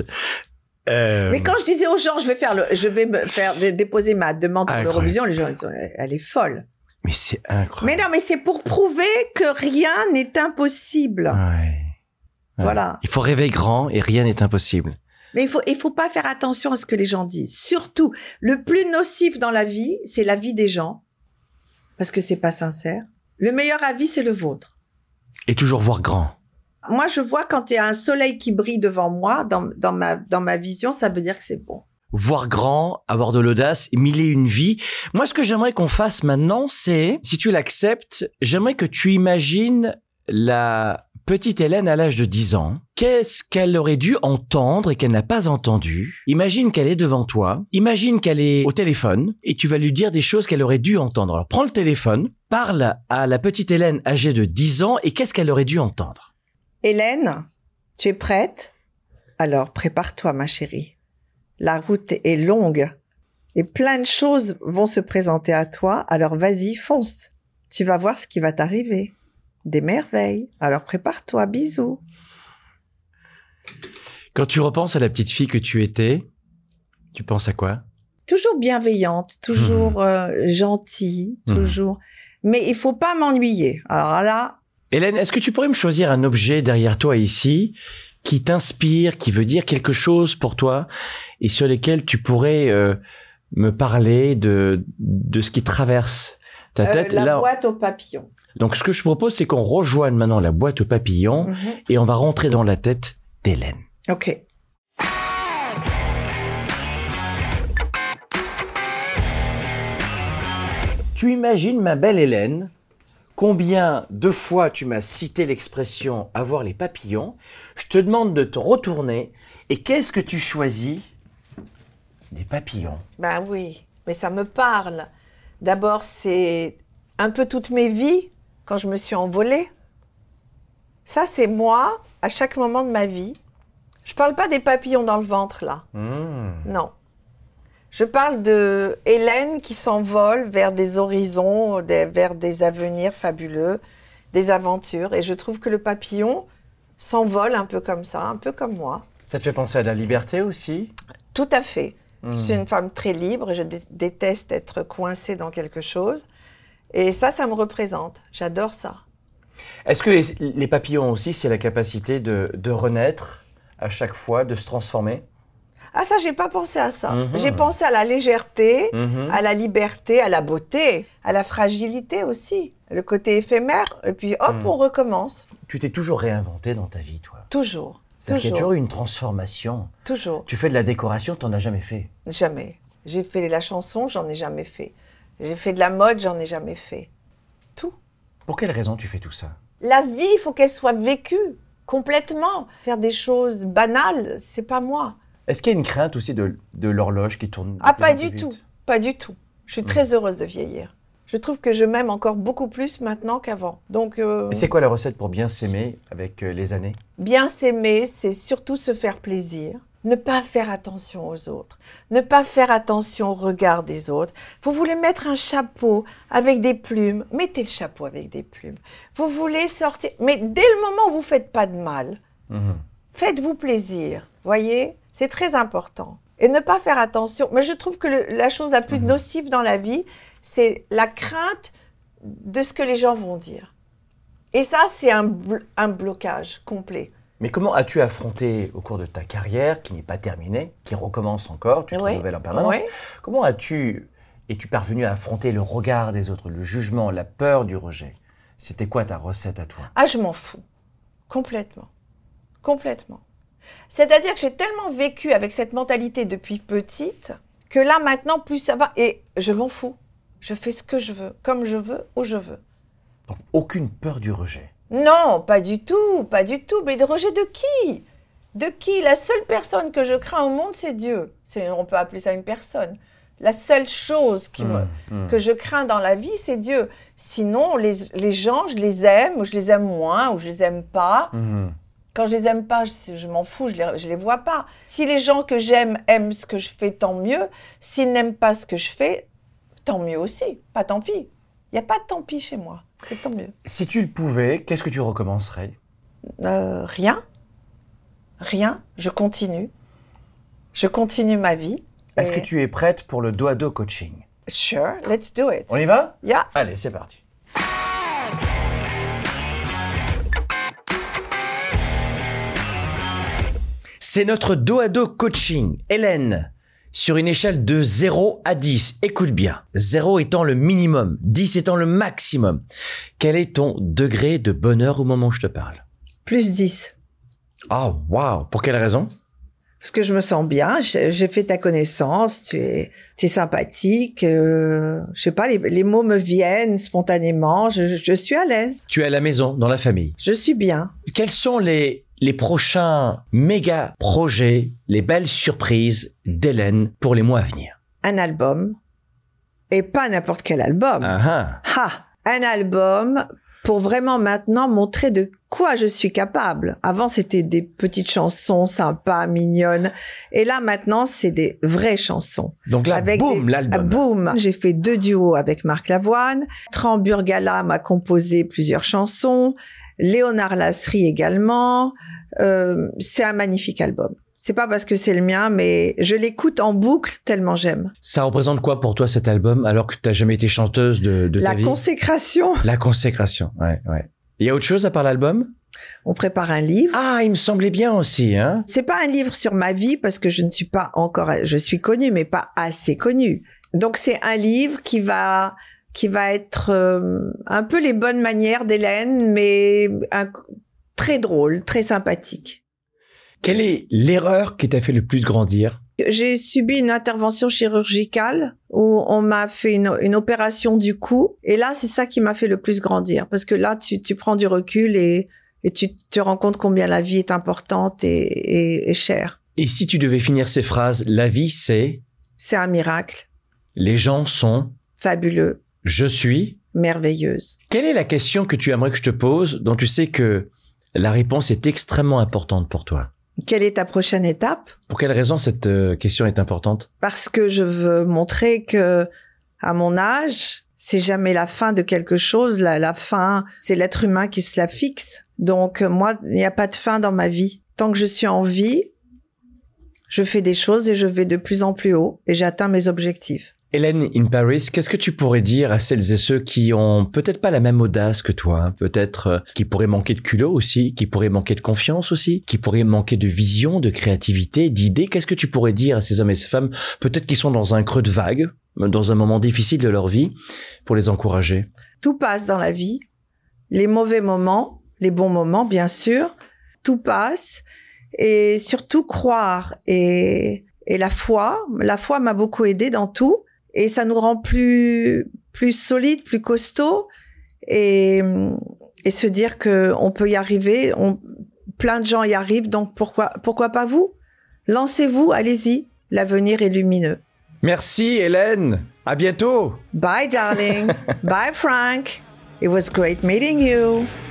Euh... Mais quand je disais aux gens, je vais faire le, je vais me faire déposer ma demande pour Incroyable. l'Eurovision, les gens ils disent, elle est folle. Mais c'est incroyable. Mais non, mais c'est pour prouver que rien n'est impossible. Ouais. Ouais. Voilà. Il faut rêver grand et rien n'est impossible. Mais il faut, il faut pas faire attention à ce que les gens disent. Surtout, le plus nocif dans la vie, c'est la vie des gens. Parce que c'est pas sincère. Le meilleur avis, c'est le vôtre. Et toujours voir grand. Moi, je vois quand il y a un soleil qui brille devant moi, dans, dans ma, dans ma vision, ça veut dire que c'est bon. voir grand, avoir de l'audace, mille et une vies. Moi, ce que j'aimerais qu'on fasse maintenant, c'est, si tu l'acceptes, j'aimerais que tu imagines la petite Hélène à l'âge de dix ans. Qu'est-ce qu'elle aurait dû entendre et qu'elle n'a pas entendu? Imagine qu'elle est devant toi. Imagine qu'elle est au téléphone et tu vas lui dire des choses qu'elle aurait dû entendre. Alors, prends le téléphone, parle à la petite Hélène âgée de dix ans et qu'est-ce qu'elle aurait dû entendre? Hélène, tu es prête? Alors, prépare-toi, ma chérie. La route est longue et plein de choses vont se présenter à toi. Alors, vas-y, fonce. Tu vas voir ce qui va t'arriver. Des merveilles. Alors, prépare-toi. Bisous. Quand tu repenses à la petite fille que tu étais, tu penses à quoi? Toujours bienveillante, toujours Mmh. euh, gentille, Mmh. toujours. Mais il faut pas m'ennuyer. Alors là... Hélène, est-ce que tu pourrais me choisir un objet derrière toi ici qui t'inspire, qui veut dire quelque chose pour toi et sur lesquels tu pourrais euh, me parler de, de ce qui traverse ta euh, tête? la Là, boîte aux papillons. donc, ce que je propose, c'est qu'on rejoigne maintenant la boîte aux papillons Mhm. et on va rentrer dans la tête d'Hélène. Ok. Tu imagines, ma belle Hélène, combien de fois tu m'as cité l'expression « avoir les papillons ». Je te demande de te retourner et qu'est-ce que tu choisis? Des papillons. Ben oui, mais ça me parle. D'abord, c'est un peu toute mes vies quand je me suis envolée. Ça, c'est moi, à chaque moment de ma vie. Je parle pas des papillons dans le ventre, là. Mmh. Non. Je parle de Hélène qui s'envole vers des horizons, des- vers des avenirs fabuleux, des aventures. Et je trouve que le papillon s'envole un peu comme ça, un peu comme moi. Ça te fait penser à de la liberté aussi? Tout à fait. Mmh. Je suis une femme très libre et je dé- déteste être coincée dans quelque chose. Et ça, ça me représente. J'adore ça. Est-ce que les, les papillons aussi, c'est la capacité de, de renaître à chaque fois, de se transformer? Ah ça, j'ai pas pensé à ça. Mhm. J'ai pensé à la légèreté, Mhm. à la liberté, à la beauté, à la fragilité aussi. Le côté éphémère. Et puis hop, Mhm. on recommence. Tu t'es toujours réinventé dans ta vie, toi. Toujours. C'est-à-dire qu'il y a Toujours. toujours eu une transformation. Toujours. Tu fais de la décoration, t'en as jamais fait. Jamais. J'ai fait la chanson, j'en ai jamais fait. J'ai fait de la mode, j'en ai jamais fait. Tout. Pour quelle raison tu fais tout ça? La vie, il faut qu'elle soit vécue complètement. Faire des choses banales, c'est pas moi. Est-ce qu'il y a une crainte aussi de, de l'horloge qui tourne de Ah, plus pas en plus du tout. vite? Pas du tout. Je suis très heureuse de vieillir. Je trouve que je m'aime encore beaucoup plus maintenant qu'avant. Donc, euh, Et c'est quoi la recette pour bien s'aimer avec euh, les années? bien s'aimer, c'est surtout se faire plaisir. Ne pas faire attention aux autres. Ne pas faire attention au regard des autres. Vous voulez mettre un chapeau avec des plumes, mettez le chapeau avec des plumes. Vous voulez sortir, mais dès le moment où vous ne faites pas de mal, Mhm. faites-vous plaisir. Voyez, c'est très important. Et ne pas faire attention. Mais je trouve que le- la chose la plus Mhm. nocive dans la vie, c'est la crainte de ce que les gens vont dire. Et ça, c'est un, blo- un blocage complet. Mais comment as-tu affronté au cours de ta carrière, qui n'est pas terminée, qui recommence encore, tu te Oui. renouvelles en permanence, Oui. comment as-tu, es-tu parvenu à affronter le regard des autres, le jugement, la peur du rejet? C'était quoi ta recette à toi? Ah, je m'en fous. Complètement. Complètement. C'est-à-dire que j'ai tellement vécu avec cette mentalité depuis petite que là, maintenant, plus ça va. Et je m'en fous. Je fais ce que je veux, comme je veux, où je veux. Donc, aucune peur du rejet. Non, pas du tout, pas du tout. Mais de rejet de qui? De qui? La seule personne que je crains au monde, c'est Dieu. C'est, on peut appeler ça une personne. La seule chose qui me, Mmh, mmh. que je crains dans la vie, c'est Dieu. Sinon, les, les gens, je les aime, ou je les aime moins, ou je les aime pas. Mhm. Quand je les aime pas, je, je m'en fous, je les, je les vois pas. Si les gens que j'aime aiment ce que je fais, tant mieux. S'ils n'aiment pas ce que je fais, tant mieux aussi. Pas tant pis. Il n'y a pas de tant pis chez moi. C'est tant mieux. Si tu le pouvais, qu'est-ce que tu recommencerais? Euh, rien. Rien. Je continue. Je continue ma vie. Est-ce Et- que tu es prête pour le dos à dos coaching? Sure, let's do it. On y va? Yeah. Allez, c'est parti. C'est notre dos à dos coaching. Hélène, sur une échelle de zéro à dix, écoute bien. zéro étant le minimum, dix étant le maximum. Quel est ton degré de bonheur au moment où je te parle? Plus dix. Oh, waouh! Pour quelle raison? Parce que je me sens bien, j'ai, j'ai fait ta connaissance, tu es, tu es sympathique, euh, je sais pas, les, les mots me viennent spontanément, je, je, je suis à l'aise. Tu es à la maison, dans la famille. Je suis bien. Quels sont les, les prochains méga projets, les belles surprises d'Hélène pour les mois à venir? Un album, et pas n'importe quel album. Ah ah. Ha! Un album pour vraiment maintenant montrer de quoi je suis capable. Avant, c'était des petites chansons sympas, mignonnes. Et là, maintenant, c'est des vraies chansons. Donc là, avec boum, des... l'album. Ah, boum. J'ai fait deux duos avec Marc Lavoine. Tran Burgala m'a composé plusieurs chansons. Léonard Lasserie également. Euh, c'est un magnifique album. C'est pas parce que c'est le mien, mais je l'écoute en boucle tellement j'aime. Ça représente quoi pour toi cet album, alors que tu n'as jamais été chanteuse de, de ta La vie? consécration. La consécration, ouais, ouais. Il y a autre chose à part l'album? On prépare un livre. Ah, il me semblait bien aussi, hein. C'est pas un livre sur ma vie parce que je ne suis pas encore, je suis connue, mais pas assez connue. Donc c'est un livre qui va, qui va être euh, un peu les bonnes manières d'Hélène, mais un, très drôle, très sympathique. Quelle est l'erreur qui t'a fait le plus grandir? J'ai subi une intervention chirurgicale où on m'a fait une, une opération du cou. Et là, c'est ça qui m'a fait le plus grandir. Parce que là, tu, tu prends du recul et, et tu te rends compte combien la vie est importante et, et, et chère. Et si tu devais finir ces phrases, la vie c'est... C'est un miracle. Les gens sont... Fabuleux. Je suis... Merveilleuse. Quelle est la question que tu aimerais que je te pose, dont tu sais que la réponse est extrêmement importante pour toi? Quelle est ta prochaine étape? Pour quelle raison cette euh, question est importante? Parce que je veux montrer que, à mon âge, c'est jamais la fin de quelque chose. La, la fin, c'est l'être humain qui se la fixe. Donc, moi, il n'y a pas de fin dans ma vie. Tant que je suis en vie, je fais des choses et je vais de plus en plus haut et j'atteins mes objectifs. Hélène in Paris, qu'est-ce que tu pourrais dire à celles et ceux qui ont peut-être pas la même audace que toi, hein, peut-être euh, qui pourraient manquer de culot aussi, qui pourraient manquer de confiance aussi, qui pourraient manquer de vision, de créativité, d'idées? Qu'est-ce que tu pourrais dire à ces hommes et ces femmes, peut-être qui sont dans un creux de vague, dans un moment difficile de leur vie, pour les encourager? Tout passe dans la vie, les mauvais moments, les bons moments, bien sûr, tout passe, et surtout croire et, et la foi. La foi m'a beaucoup aidée dans tout. Et ça nous rend plus, plus solides, plus costauds, et, et se dire que on peut y arriver. On, plein de gens y arrivent, donc pourquoi, pourquoi pas vous? Lancez-vous, allez-y. L'avenir est lumineux. Merci Hélène. À bientôt. Bye, darling. Bye, Frank. It was great meeting you.